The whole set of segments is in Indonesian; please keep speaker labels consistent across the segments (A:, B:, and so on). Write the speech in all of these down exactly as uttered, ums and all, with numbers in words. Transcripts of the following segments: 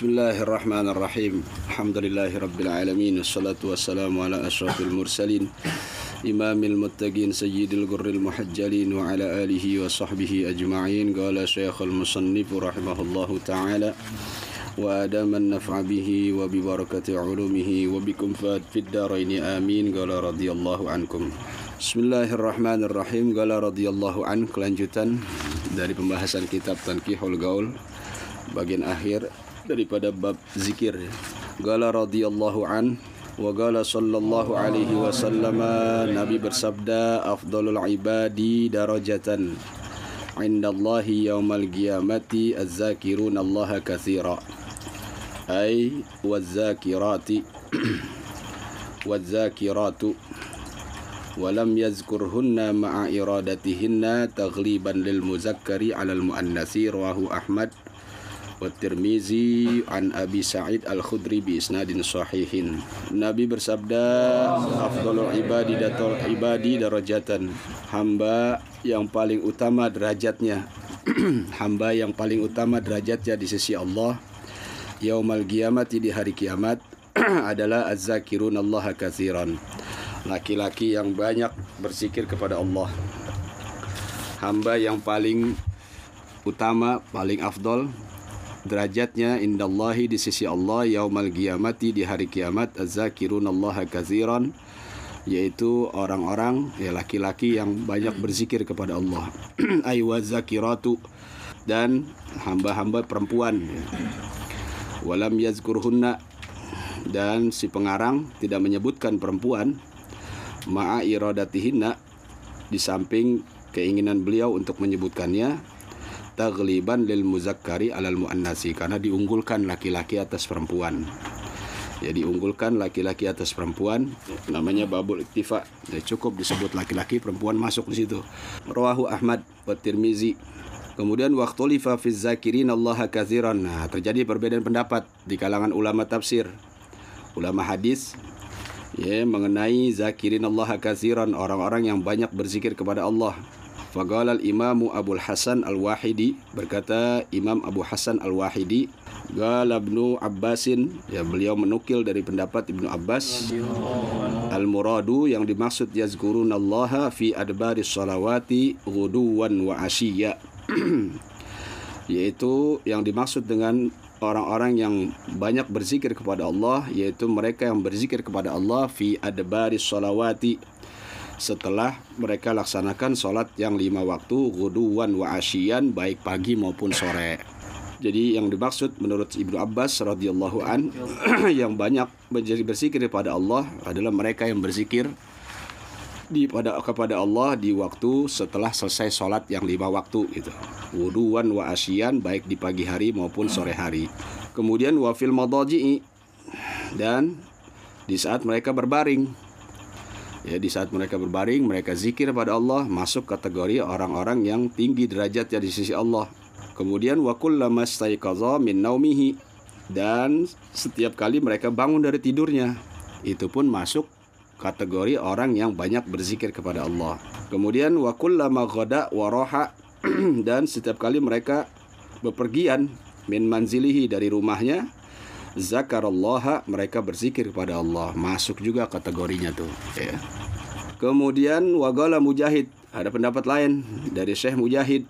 A: Bismillahirrahmanirrahim. Alhamdulillahirabbil alamin wassalatu wassalamu ala asyrafil mursalin imamil muttaqin sayyidil ghurril muhajjalin wa ala alihi wa sahbihi ajma'in. Qala Syekhul Musannif rahimahullahu taala wa adaman naf'a bihi wa bi barakati ulumihi wa bikum fid daraini amin. Qala radhiyallahu ankum. Bismillahirrahmanirrahim. Qala radhiyallahu an. Kelanjutan dari pembahasan kitab Tanqihul Gaul bagian akhir daripada bab zikir. Qala radhiyallahu an wa qala sallallahu alaihi wasallam, Nabi bersabda, afdalul ibadi darajatan indallahi yaumal qiyamati az-zakiruna allaha katsira, ay waz-zakirati waz-zakiratu wa lam yazkurhunna ma'a iradatihinna taghliban lil muzakkari 'alal muannasi. Rawahu Ahmad wa Tirmizi an Abi Sa'id Al-Khudri bi isnadin sahihin. Nabi bersabda, afdalul ibadi datul ibadi darajatan, hamba yang paling utama derajatnya hamba yang paling utama derajatnya di sisi Allah yaumal qiyamati, di hari kiamat adalah az-zakirun allaha katsiran, laki-laki yang banyak berzikir kepada Allah. Hamba yang paling utama, paling afdol derajatnya indallahi, di sisi Allah, yaumal qiyamati, di hari kiamat, az-zakirun allaha katsiran, yaitu orang-orang, ya laki-laki yang banyak berzikir kepada Allah. Ay waz-zakiratu, dan hamba-hamba perempuan, ya. Walam yazkurhunna, dan si pengarang tidak menyebutkan perempuan, ma'a iradatihinna, di samping keinginan beliau untuk menyebutkannya, taghliban lil muzakkari alal muannasi, karena diunggulkan laki-laki atas perempuan. Ya, diunggulkan laki-laki atas perempuan, namanya babul iktifa. Ya, cukup disebut laki-laki, perempuan masuk di situ. Rawahu Ahmad wa Tirmizi. Kemudian waqtulifa fiz zakirin allaha katsiran. Nah, terjadi perbedaan pendapat di kalangan ulama tafsir, ulama hadis, ya, mengenai zakirin allaha katsiran, orang-orang yang banyak berzikir kepada Allah. Faqala al-imamu Abu Hasan Al-Wahidi, berkata Imam Abu Hasan Al-Wahidi, qala Ibnu Abbasin, ya beliau menukil dari pendapat Ibnu Abbas, al-muradu, yang dimaksud yazkurunallaha fi adbaris salawati ghuduwan wa asyiya, yaitu yang dimaksud dengan orang-orang yang banyak berzikir kepada Allah, yaitu mereka yang berzikir kepada Allah fi adbaris salawati, setelah mereka laksanakan sholat yang lima waktu, ghuduwan wa asyian, baik pagi maupun sore. Jadi yang dimaksud menurut Ibnu Abbas radhiyallahu an yang banyak berzikir kepada Allah adalah mereka yang berzikir di pada kepada Allah di waktu setelah selesai sholat yang lima waktu itu, ghuduwan wa asyian, baik di pagi hari maupun sore hari. Kemudian wa fil madaji'i, dan di saat mereka berbaring. Ya, di saat mereka berbaring, mereka zikir pada Allah, masuk kategori orang-orang yang tinggi derajatnya di sisi Allah. Kemudian wa kullama staiqaza min naumihi, dan setiap kali mereka bangun dari tidurnya, itu pun masuk kategori orang yang banyak berzikir kepada Allah. Kemudian wa kullama ghada wa raha, dan setiap kali mereka bepergian min manzilihi, dari rumahnya, zakarallaha, mereka berzikir kepada Allah, masuk juga kategorinya tuh, ya. Kemudian waqala Mujahid, ada pendapat lain dari Syekh Mujahid,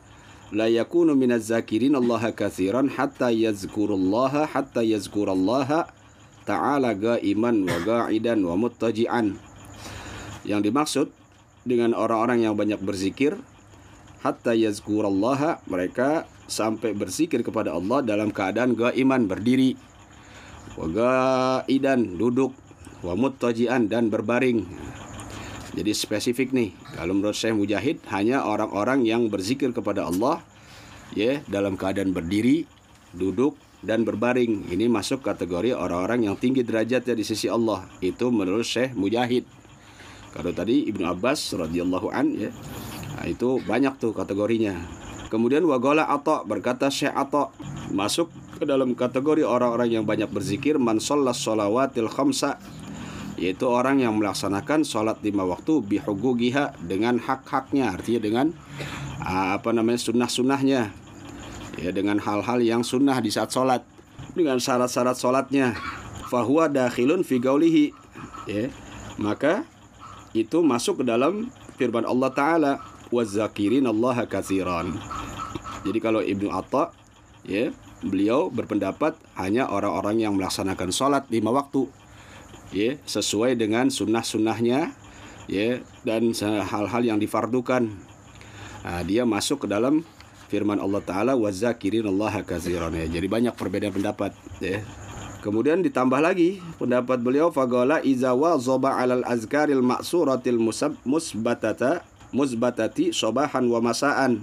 A: la yakunu minaz zakirin allaha katsiran hatta yazkurullaha hatta yazkurallaha ta'ala qa'iman wa qa'idan wa muttaji'an. Yang dimaksud dengan orang-orang yang banyak berzikir, hatta yazkurallaha, mereka sampai berzikir kepada Allah dalam keadaan qa'iman, berdiri, wa qa'idan, duduk, wa muttaji'an, dan berbaring. Jadi spesifik nih, kalau menurut Syekh Mujahid hanya orang-orang yang berzikir kepada Allah, ya, dalam keadaan berdiri, duduk, dan berbaring. Ini masuk kategori orang-orang yang tinggi derajatnya di sisi Allah. Itu menurut Syekh Mujahid. Kalau tadi Ibnu Abbas radhiyallahu an, ya, nah, itu banyak tuh kategorinya. Kemudian waqala Atha, berkata Syekh Atha, masuk ke dalam kategori orang-orang yang banyak berzikir, man shallas shalawatil khamsa, yaitu orang yang melaksanakan sholat lima waktu bihugugiha, dengan hak-haknya, artinya dengan apa namanya sunnah-sunnahnya, ya, dengan hal-hal yang sunnah di saat sholat. dengan syarat-syarat sholatnya, fahuwa dakhilun fi qaulihi, ya, maka itu masuk ke dalam firman Allah Ta'ala, wazakirin Allah katsiran. Jadi kalau Ibnu Atha, ya, beliau berpendapat hanya orang-orang yang melaksanakan sholat lima waktu, ya, sesuai dengan sunnah-sunnahnya, ya, dan hal-hal yang difardukan. Nah, dia masuk ke dalam firman Allah Ta'ala, wazakirin Allah katsiran, ya. Jadi banyak perbedaan pendapat, ya. Kemudian ditambah lagi pendapat beliau, faqala iza wazaba 'alal azkaril ma'suratil musab musbatata musbatati sabahan wa masaan.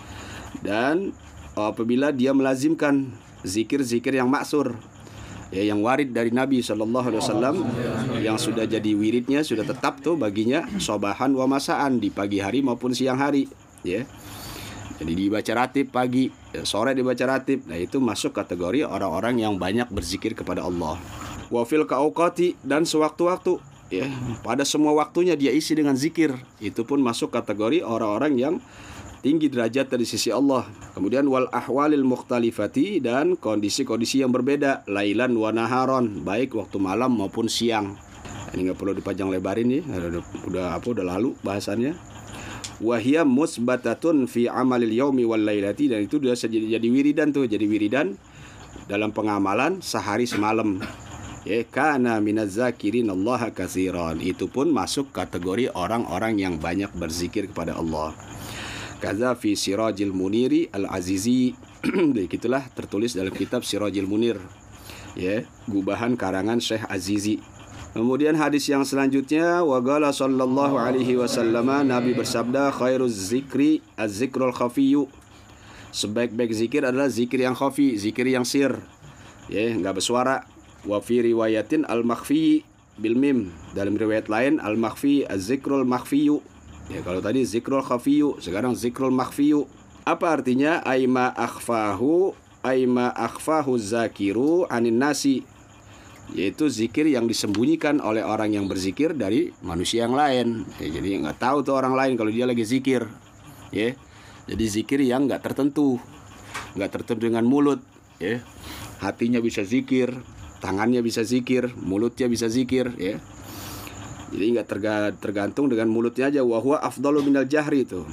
A: Dan apabila dia melazimkan zikir-zikir yang maksur, ya, yang warid dari Nabi Shallallahu Alaihi Wasallam, yang sudah jadi wiridnya, sudah tetap tuh baginya, sabahan wa masaan, di pagi hari maupun siang hari, ya. Jadi dibaca ratib pagi, ya, sore dibaca ratib. Nah, itu masuk kategori orang-orang yang banyak berzikir kepada Allah. Wa fil kauqati, dan sewaktu-waktu, ya, pada semua waktunya dia isi dengan zikir. Itu pun masuk kategori orang-orang yang tinggi derajat dari sisi Allah. Kemudian wal ahwalil mukhtalifati, dan kondisi-kondisi yang berbeda, lailan wa naharon, baik waktu malam maupun siang. Ini nggak perlu dipanjang lebarin nih, udah, udah apa udah lalu bahasannya. Wahia musbatatun fi amalil yaumi wal lailati, dan itu dia jadi, jadi wiridan tuh, jadi wiridan dalam pengamalan sehari semalam. Ya, kana minaz zakirin Allah katsiran, itu pun masuk kategori orang-orang yang banyak berzikir kepada Allah. Kaza fi Sirajil Muniri Al-Azizi, begitulah tertulis dalam kitab Sirajil Munir, ya, gubahan karangan Syekh Azizi. Kemudian hadis yang selanjutnya, wa qala sallallahu alaihi wasallam, Nabi bersabda, khairuz zikri az-zikrul khafiyyu, sebaik-baik zikir adalah zikir yang khafi, zikir yang sir, ya, enggak bersuara. Wa fi riwayatin al-makhfi bil mim, dalam riwayat lain al-makhfi az-zikrul makhfiyyu. Ya, kalau tadi zikrul khafiyyu, sekarang zikrul makhfiyyu. Apa artinya? Aima akhfahu aima akhfahu zakiru anin nasi, yaitu zikir yang disembunyikan oleh orang yang berzikir dari manusia yang lain, ya. Jadi nggak tahu tuh orang lain kalau dia lagi zikir, ya. Jadi zikir yang nggak tertentu, nggak tertentu dengan mulut, ya. Hatinya bisa zikir, tangannya bisa zikir, mulutnya bisa zikir, ya. Jadi nggak tergantung dengan mulutnya aja. Wa huwa afdalu minal jahri, itu.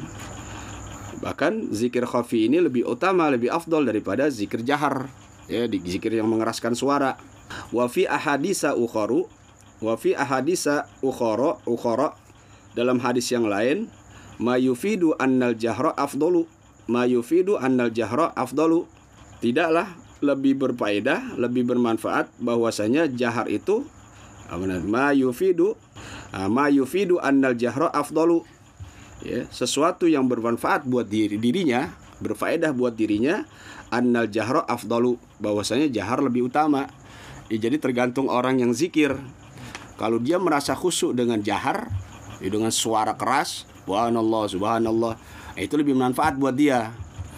A: Bahkan zikir khafi ini lebih utama, lebih afdal daripada zikir jahar, ya, di zikir yang mengeraskan suara. Wa fi ahadisa ukharu wa fi ahadisa ukhara ukhara, dalam hadis yang lain, ma yufidu annal jahra afdalu ma yufidu annal jahra afdalu, tidaklah lebih berfaedah, lebih bermanfaat bahwasanya jahar itu ma yufidu ma yufidu annal jahra afdalu, ya, sesuatu yang bermanfaat buat diri dirinya, berfaedah buat dirinya, annal jahra afdalu, bahwasanya jahar lebih utama. Ya, jadi tergantung orang yang zikir. Kalau dia merasa khusyuk dengan jahar, ya, dengan suara keras, subhanallah subhanallah, ya, itu lebih bermanfaat buat dia.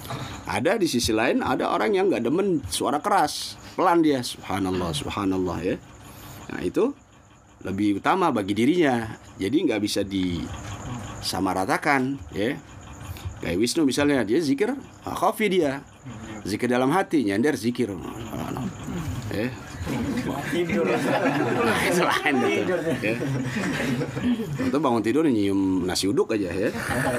A: Ada di sisi lain, ada orang yang nggak demen suara keras, pelan dia, subhanallah subhanallah, ya. Nah, itu lebih utama bagi dirinya. Jadi nggak bisa disamaratakan, ya. Kayak Wisnu misalnya, dia zikir khafi, dia zikir dalam hati, nyender zikir, ya.
B: Tidur.
A: Nah, itu lain itu, ya. Itu bangun tidur nyium nasi uduk aja, ya.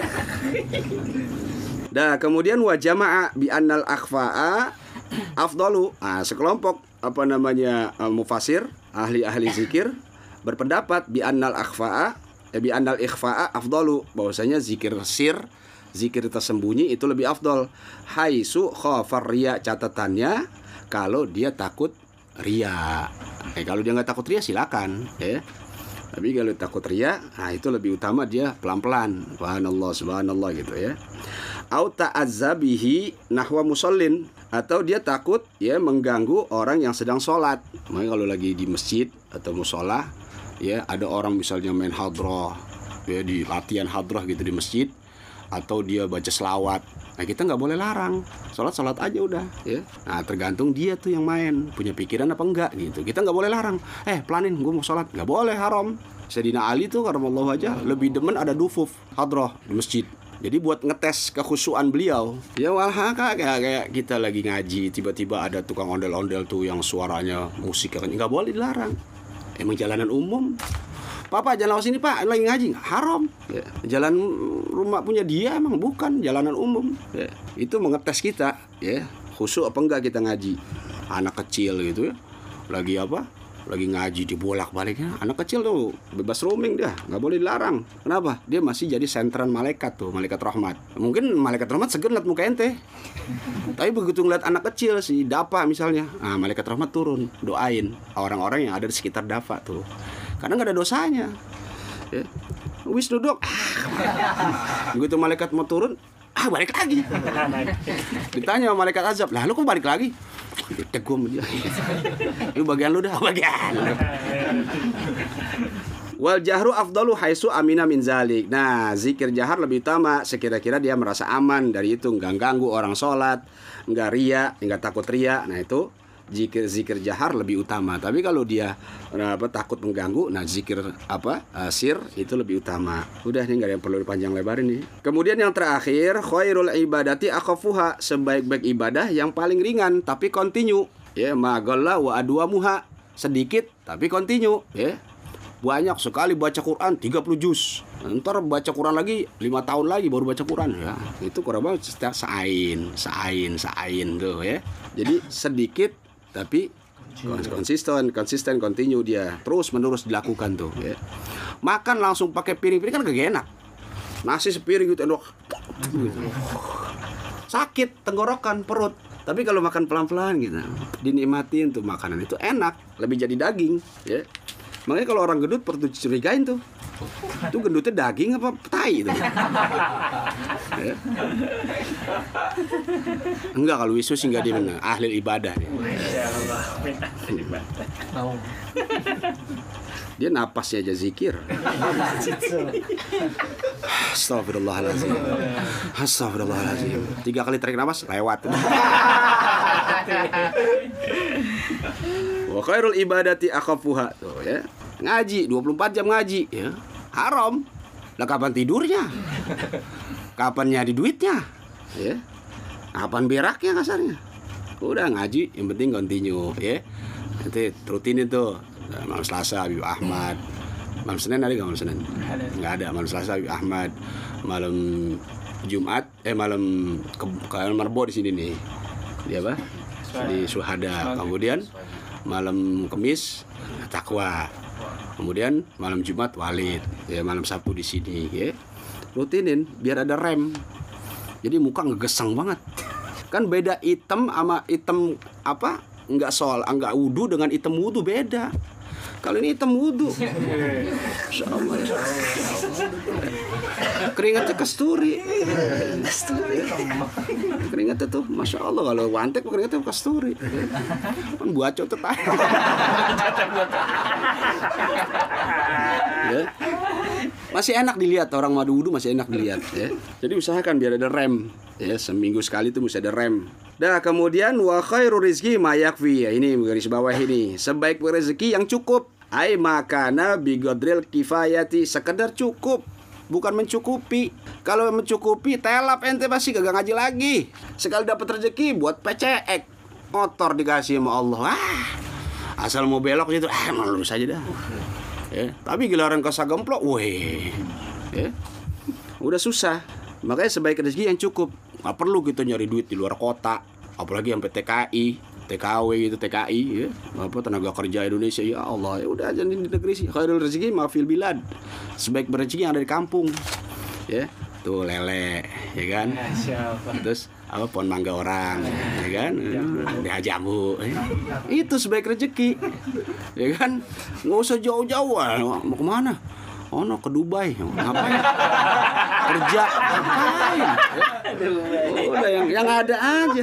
A: Nah, kemudian wa jama'a bi annal akhfa'a afdalu. Nah, sekelompok apa namanya mufasir, ahli-ahli zikir berpendapat bi annal akhfa'a eh, bi annal ikhfa'a afdalu, bahwasanya zikir sir, zikir tersembunyi itu lebih afdal. Haitsu khafar riya, catatannya kalau dia takut ria. Eh, kalau dia nggak takut ria silakan, ya. Tapi kalau takut ria, nah itu lebih utama dia pelan-pelan, subhanallah subhanallah gitu, ya. Au ta'azzabihi nahwa musallin, atau dia takut, ya, mengganggu orang yang sedang sholat. Makanya kalau lagi di masjid atau musola, ya, ada orang misalnya main hadrah, ya, di latihan hadrah gitu di masjid, atau dia baca selawat, nah kita nggak boleh larang, sholat sholat aja udah, ya. Nah tergantung dia tuh yang main punya pikiran apa enggak gitu. Kita nggak boleh larang, eh pelanin gue mau sholat, nggak boleh, haram. Sayyidina Ali tuh karamallahu wajhah lebih demen ada dufuf hadrah di masjid, Jadi buat ngetes kekhusyuan beliau. Ya walah kayak kayak kita lagi ngaji, tiba-tiba ada tukang ondel-ondel tuh yang suaranya musik kan nggak boleh dilarang. Emang jalanan umum. Papa jalan lewat sini pak, lagi ngaji, haram. Ya. Jalan rumah punya dia emang bukan jalanan umum. Ya. Itu mengetes kita, ya khusyuk apa enggak kita ngaji. Anak kecil gitu ya, lagi apa? Lagi ngaji dibolak-baliknya. Anak kecil tuh bebas roaming dia, nggak boleh dilarang. Kenapa? Dia masih jadi sentran malaikat tuh, malaikat rahmat. Mungkin malaikat rahmat segan liat muka ente. Tapi begitu ngeliat anak kecil si Dafa misalnya, nah, malaikat rahmat turun doain orang-orang yang ada di sekitar Dafa tuh. Karena nggak ada dosanya. Ya. Wis duduk. Begitu malaikat mau turun, ah balik lagi. Ditanya sama malaikat azab, lah lu kok balik lagi? Udah gue dia. Lu bagian lu dah, bagian lu. Wal jahru afdalu haitsu amina min zalik. Nah, zikir jahar lebih utama sekira-kira dia merasa aman dari itu, enggak ganggu orang sholat, enggak ria, enggak takut ria. Nah, itu zikir zikir jahar lebih utama. Tapi kalau dia apa takut mengganggu, nah zikir apa uh, sir itu lebih utama. Udah nih, nggak ada yang perlu panjang lebar ini. Kemudian yang terakhir, khairul ibadati akhafuha, sebaik-baik ibadah yang paling ringan tapi continue. Ya, magalla wa adwamuha, sedikit tapi continue. Ya, banyak sekali baca Quran tiga puluh juz. Ntar baca Quran lagi lima tahun lagi baru baca Quran ya. Itu kurang banget, setiap sain, sain, sain tuh ya. Jadi sedikit tapi konsisten, konsisten, continue dia terus menerus dilakukan tuh ya. Makan langsung pakai piring-piring kan gak enak. Nasi sepiring gitu enak. Gitu. Sakit tenggorokan, perut. Tapi kalau makan pelan-pelan gitu, dinikmatin tuh makanan itu enak, lebih jadi daging ya. Makanya kalau orang gendut perlu dicurigain tuh. Itu gendutnya daging apa tai itu? Ya. Enggak, kalau Wisu sih enggak, dia benar ahli ibadah dia. Dia napasnya aja zikir. Astagfirullahaladzim. Astagfirullahaladzim. Tiga kali tarik napas lewat. Wa khairul ibadati akhafuha tuh ya. Ngaji dua puluh empat jam ngaji ya. Haram. Lah kapan tidurnya? Kapan nyari duitnya? Ya. Kapan beraknya kasarnya? Udah ngaji yang penting continue ya. Nanti rutin itu. Malam Selasa Habib Ahmad. Malam Senin ada enggak malam Senin? Enggak ada. Malam Selasa Habib Ahmad. Malam Jumat eh malam ke, ke Marbo di sini nih. Di apa? Di Suhada. Kemudian malam Kamis Takwa. Kemudian malam Jumat Walid, ya malam Sabtu di sini, ya. Rutinin biar ada rem. Jadi muka ngegeseng banget. Kan beda hitam sama hitam apa? Enggak sol, enggak wudu dengan hitam wudu beda. Kalau ini hitam wudu. Insyaallah. Keringatnya kasturi. Kasturi. Keringatnya tuh Masya Allah, kalau wantek keringatnya kasturi. Kan buaco tuh tai. Ya. Masih enak dilihat, orang madu wudu masih enak dilihat ya. Jadi usahakan biar ada rem. Ya, seminggu sekali tuh mesti ada rem. Dah, kemudian wa khairu rizqi ma yakfi. Ya, ini garis bawah ini. Sebaik rezeki yang cukup. Ai makana bigodril kifayati, sekedar cukup, bukan mencukupi. Kalau mencukupi telap ente pasti kagak ngaji lagi. Sekali dapat rezeki buat P C X, motor dikasih sama Allah. Ah, asal mau belok gitu, ah malu saja dah. Ya, tapi giliran kosa gemplok, weh. Ya. Udah susah. Makanya sebaik rezeki yang cukup. Nggak perlu kita nyari duit di luar kota, apalagi sampai T K I, T K W gitu, T K I ya. Apa tenaga kerja Indonesia, ya Allah, ya udah aja di negeri sih. Khairul rezeki ma fil bilad. Sebaik rezeki yang ada di kampung. Ya, tuh lele, ya kan? Terus apa pohon mangga orang, ya kan? Dia jamu. Ya. Itu sebaik rezeki. Ya kan? Nggak usah jauh-jauh. Mau kemana? Oh no, ke Dubai. Ngapain? Kerja. Ngapain? Udah yang yang ada aja.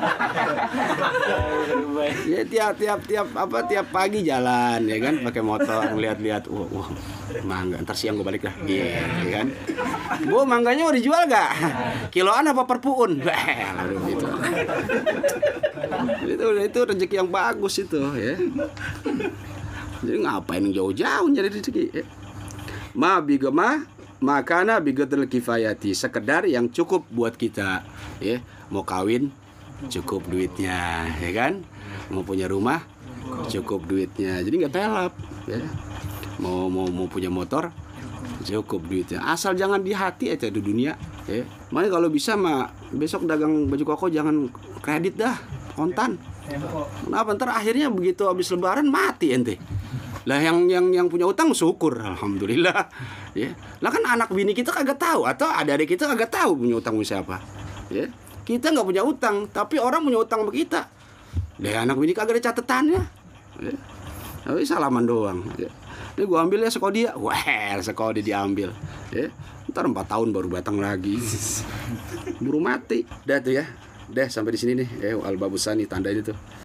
A: Ya tiap tiap tiap apa tiap pagi jalan ya kan, pakai motor ngeliat-liat. Wah, wah, mangga. Ntar siang gue balik lah. Iya, ya kan. Bu, mangganya mau dijual gak? Kiloan apa per puun? Lalu gitu. Itu itu rezeki yang bagus itu ya. Jadi ngapain jauh-jauh nyari rezeki? Ya. Ma bigama makana biqadril kifayati, sekedar yang cukup buat kita, ya. Mau kawin cukup duitnya, ya kan? Mau punya rumah cukup duitnya, jadi nggak pelap, ya. Mau mau mau punya motor cukup duitnya, asal jangan di hati aja di dunia, ya. Makanya kalau bisa mah besok dagang baju koko jangan kredit dah, kontan. Kenapa? Ntar akhirnya begitu habis lebaran mati ente. Lah yang yang yang punya utang syukur, alhamdulillah, ya. Lah kan anak bini kita kagak tahu, atau adik-adik kita kagak tahu punya utang sama siapa, ya. Kita nggak punya utang, tapi orang punya utang sama kita. Lah anak bini kagak ada catatannya, ya. Tapi salaman doang, ya. Ini gua ambil ya Skodia, wah Skodia diambil, ya. Ntar empat tahun baru batang lagi, buru mati. Dah tuh ya, deh sampai di sini nih, eh Al Babusani tanda itu tuh.